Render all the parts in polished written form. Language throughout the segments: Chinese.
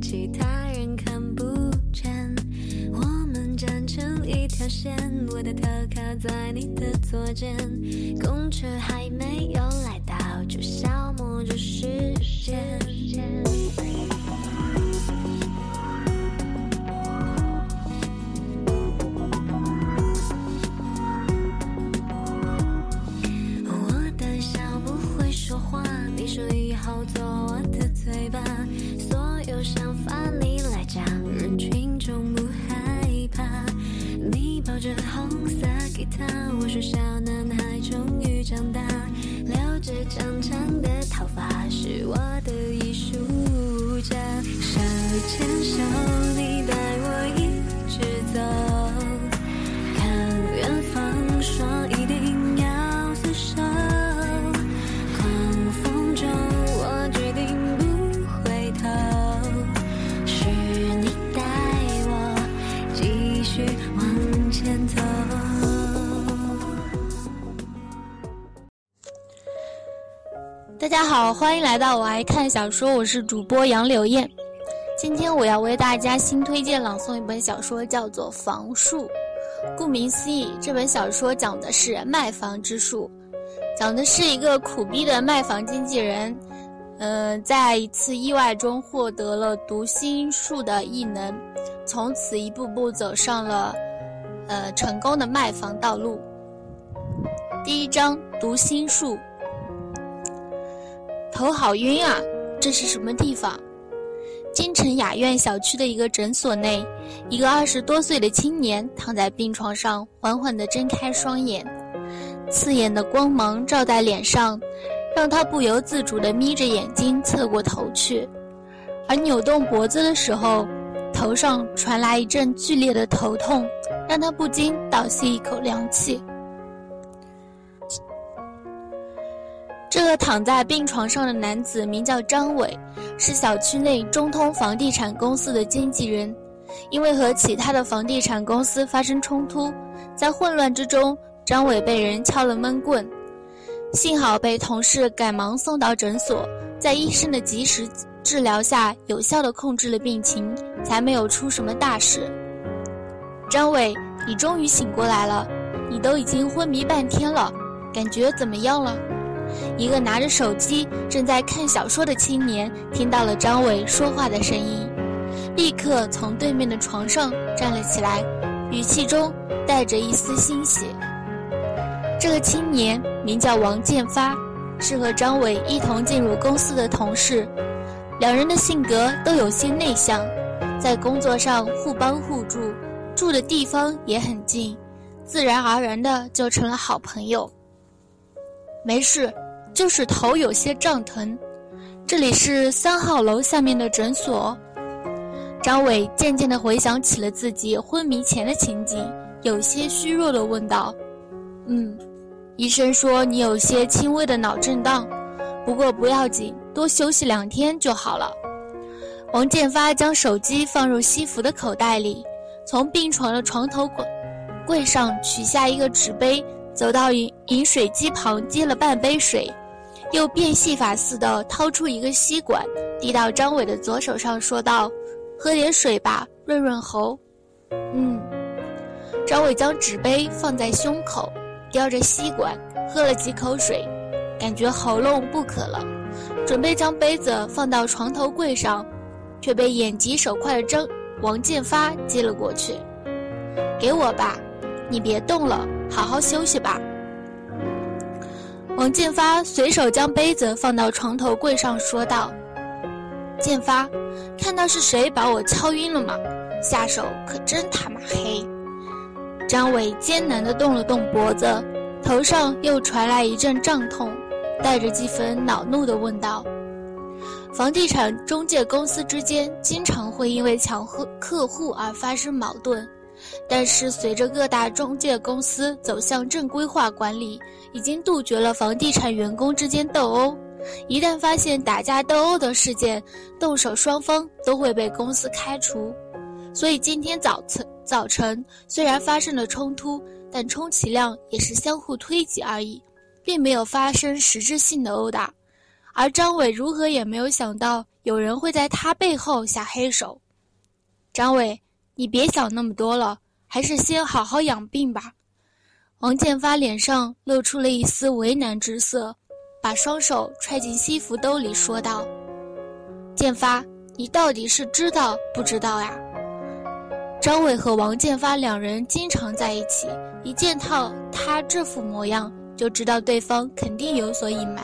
其他人看不见，我们站成一条线，我的头靠在你的左肩，公车还没有来到就消磨着时间。我的笑不会说话，你说以后做我的嘴巴，所有想法你来讲，人群中不害怕。你抱着红色吉他，我说小男孩终于长大，留着长长的头发是我的艺术家。手牵手你带我一直走，看远方说一定要厮守，狂风中我决定不回头，是你带我继续往前走。 大家好，欢迎来到我爱看小说，我是主播杨柳燕。今天我要为大家新推荐朗诵一本小说，叫做《房术》。顾名思义，这本小说讲的是卖房之术，讲的是一个苦逼的卖房经纪人，在一次意外中获得了读心术的异能，从此一步步走上了成功的卖房道路。第一章，读心术。头好晕啊，这是什么地方？京城雅苑小区的一个诊所内，一个20多岁的青年躺在病床上，缓缓地睁开双眼，刺眼的光芒照在脸上，让他不由自主地眯着眼睛侧过头去，而扭动脖子的时候，头上传来一阵剧烈的头痛，让他不禁倒吸一口凉气。这个躺在病床上的男子名叫张伟，是小区内中通房地产公司的经纪人。因为和其他的房地产公司发生冲突，在混乱之中，张伟被人敲了闷棍，幸好被同事赶忙送到诊所，在医生的及时治疗下，有效地控制了病情，才没有出什么大事。张伟，你终于醒过来了，你都已经昏迷半天了，感觉怎么样了？一个拿着手机正在看小说的青年听到了张伟说话的声音，立刻从对面的床上站了起来，语气中带着一丝欣喜。这个青年名叫王建发，是和张伟一同进入公司的同事，两人的性格都有些内向，在工作上互帮互助，住的地方也很近，自然而然的就成了好朋友。没事，就是头有些胀疼。这里是3号楼下面的诊所。张伟渐渐地回想起了自己昏迷前的情景，有些虚弱地问道：医生说你有些轻微的脑震荡，不过不要紧，多休息2天就好了。王建发将手机放入西服的口袋里，从病床的床头柜上取下一个纸杯，走到饮水机旁接了半杯水，又变戏法似的掏出一个吸管，递到张伟的左手上，说道：喝点水吧，润润喉。张伟将纸杯放在胸口，叼着吸管喝了几口水，感觉喉咙不渴了，准备将杯子放到床头柜上，却被眼疾手快的王建发接了过去。给我吧，你别动了，好好休息吧。王建发随手将杯子放到床头柜上，说道：建发，看到是谁把我敲晕了吗？下手可真他妈黑。张伟艰难地动了动脖子，头上又传来一阵胀痛，带着几分恼怒地问道：房地产中介公司之间经常会因为抢客户而发生矛盾，但是随着各大中介公司走向正规化管理，已经杜绝了房地产员工之间斗殴。一旦发现打架斗殴的事件，动手双方都会被公司开除。所以今天早晨虽然发生了冲突，但充其量也是相互推挤而已，并没有发生实质性的殴打。而张伟如何也没有想到， 有人会在他背后下黑手。张伟，你别想那么多了，还是先好好养病吧。王建发脸上露出了一丝为难之色，把双手揣进西服兜里说道：建发，你到底是知道不知道呀？张伟和王建发两人经常在一起，一见到他这副模样，就知道对方肯定有所隐瞒。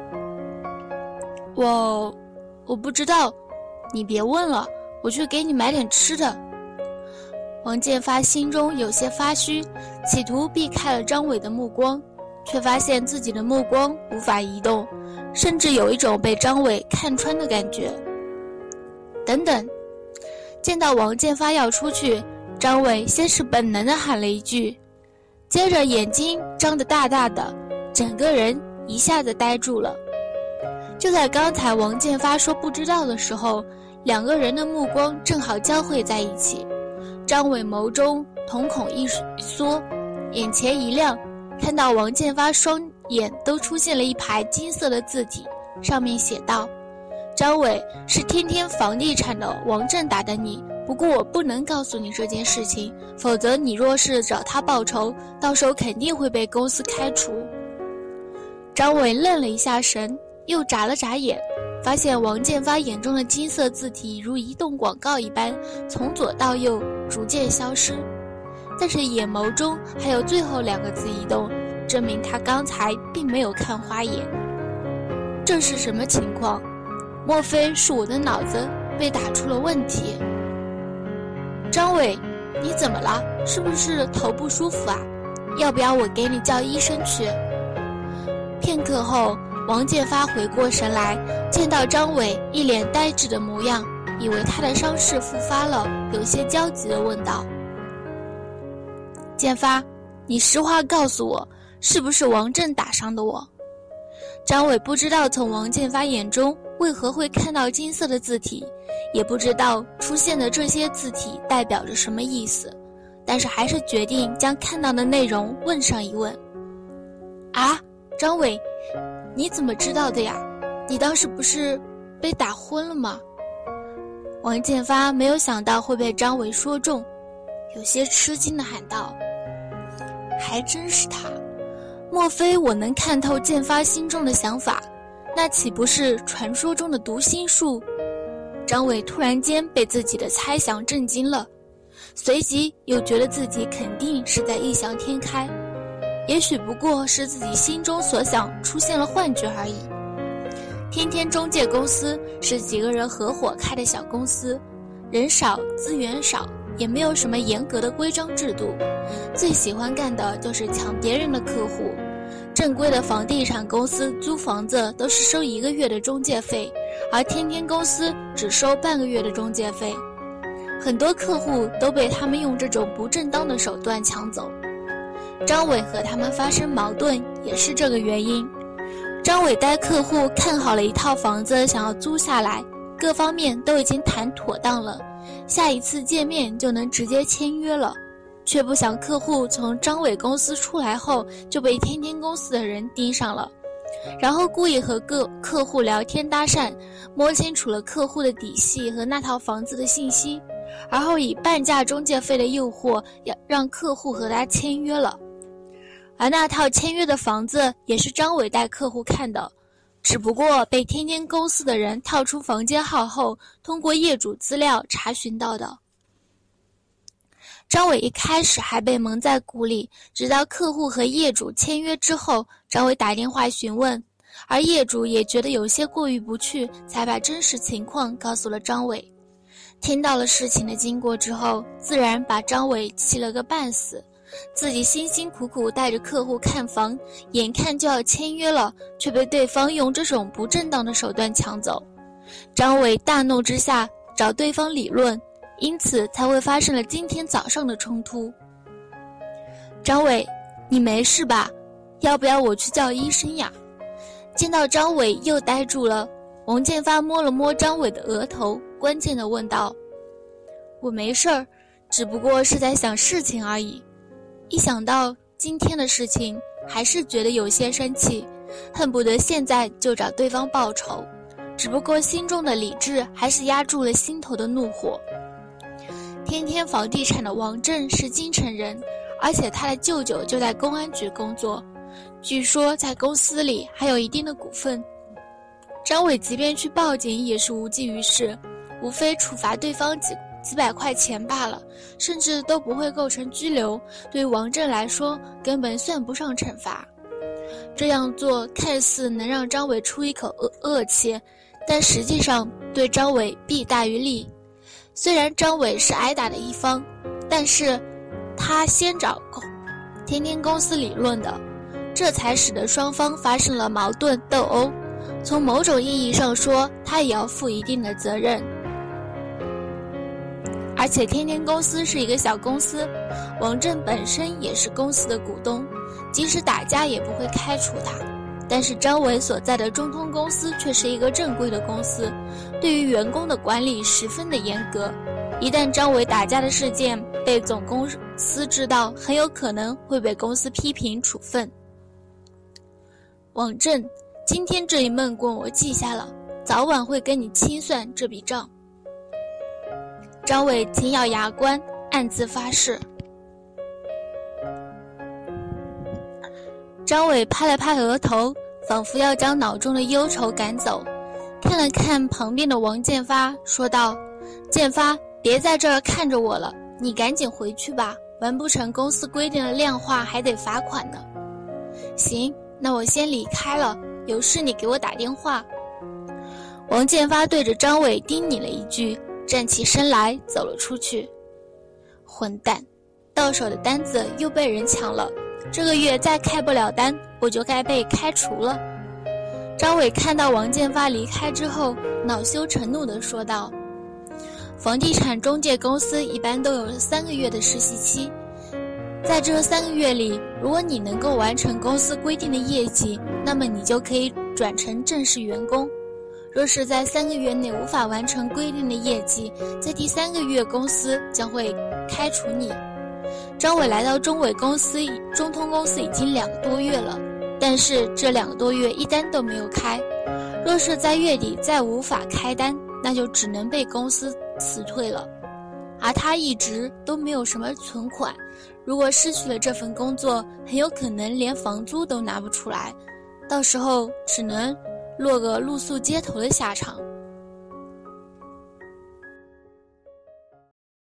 我不知道，你别问了，我去给你买点吃的。王建发心中有些发虚，企图避开了张伟的目光，却发现自己的目光无法移动，甚至有一种被张伟看穿的感觉。等等，见到王建发要出去，张伟先是本能地喊了一句，接着眼睛张得大大的，整个人一下子呆住了。就在刚才王建发说不知道的时候，两个人的目光正好交汇在一起。张伟眸中瞳孔一缩，眼前一亮，看到王建发双眼都出现了一排金色的字体，上面写道：张伟，是天天房地产的王震打的你，不过我不能告诉你这件事情，否则你若是找他报仇，到时候肯定会被公司开除。张伟愣了一下神，又眨了眨眼，发现王建发眼中的金色字体如移动广告一般，从左到右逐渐消失，但是眼眸中还有最后两个字移动，证明他刚才并没有看花眼。这是什么情况？莫非是我的脑子被打出了问题？张伟，你怎么了？是不是头不舒服啊？要不要我给你叫医生去？片刻后，王建发回过神来，见到张伟一脸呆滞的模样，以为他的伤势复发了，有些焦急地问道：建发，你实话告诉我，是不是王震打伤的我？张伟不知道从王建发眼中为何会看到金色的字体，也不知道出现的这些字体代表着什么意思，但是还是决定将看到的内容问上一问。啊，张伟，你怎么知道的呀？你当时不是被打昏了吗？王建发没有想到会被张伟说中，有些吃惊地喊道：还真是他，莫非我能看透建发心中的想法，那岂不是传说中的读心术？张伟突然间被自己的猜想震惊了，随即又觉得自己肯定是在异想天开，也许不过是自己心中所想出现了幻觉而已。天天中介公司是几个人合伙开的小公司，人少资源少，也没有什么严格的规章制度，最喜欢干的就是抢别人的客户。正规的房地产公司租房子都是收1个月的中介费，而天天公司只收半个月的中介费，很多客户都被他们用这种不正当的手段抢走。张伟和他们发生矛盾也是这个原因。张伟带客户看好了一套房子想要租下来，各方面都已经谈妥当了，下一次见面就能直接签约了，却不想客户从张伟公司出来后就被天天公司的人盯上了，然后故意和客户聊天搭讪，摸清楚了客户的底细和那套房子的信息，而后以半价中介费的诱惑要让客户和他签约了。而那套签约的房子也是张伟带客户看的，只不过被天天公司的人套出房间号后，通过业主资料查询到的。张伟一开始还被蒙在鼓里，直到客户和业主签约之后，张伟打电话询问，而业主也觉得有些过意不去，才把真实情况告诉了张伟。听到了事情的经过之后，自然把张伟气了个半死，自己辛辛苦苦带着客户看房，眼看就要签约了，却被对方用这种不正当的手段抢走。张伟大怒之下找对方理论，因此才会发生了今天早上的冲突。张伟，你没事吧？要不要我去叫医生呀？见到张伟又呆住了，王建发摸了摸张伟的额头，关键地问道：我没事儿，只不过是在想事情而已。一想到今天的事情，还是觉得有些生气，恨不得现在就找对方报仇。 只不过心中的理智还是压住了心头的怒火。天天房地产的王震是京城人，而且他的舅舅就在公安局工作，据说在公司里还有一定的股份。张伟即便去报警也是无济于事，无非处罚对方几百块钱罢了，甚至都不会构成拘留，对于王震来说根本算不上惩罚。这样做看似能让张伟出一口恶气，但实际上对张伟弊大于利。虽然张伟是挨打的一方，但是他先找天天公司理论的，这才使得双方发生了矛盾斗殴。从某种意义上说，他也要负一定的责任。而且天天公司是一个小公司，王震本身也是公司的股东，即使打架也不会开除他。但是张伟所在的中通公司却是一个正规的公司，对于员工的管理十分的严格。一旦张伟打架的事件被总公司知道，很有可能会被公司批评处分。王震，今天这一闷棍我记下了，早晚会跟你清算这笔账。张伟紧咬牙关，暗自发誓。张伟拍了拍额头，仿佛要将脑中的忧愁赶走，看了看旁边的王建发，说道：建发，别在这儿看着我了，你赶紧回去吧，完不成公司规定的量化还得罚款呢。行，那我先离开了，有事你给我打电话。王建发对着张伟叮咛了一句，站起身来走了出去。混蛋，到手的单子又被人抢了，这个月再开不了单，我就该被开除了。张伟看到王建发离开之后，恼羞成怒地说道：房地产中介公司一般都有3个月的实习期，在这3个月里，如果你能够完成公司规定的业绩，那么你就可以转成正式员工。若是在3个月内无法完成规定的业绩，在第3个月公司将会开除你。张伟来到中通公司已经2个多月了，但是这2个多月一单都没有开。若是在月底再无法开单，那就只能被公司辞退了。而他一直都没有什么存款，如果失去了这份工作，很有可能连房租都拿不出来，到时候只能落个露宿街头的下场。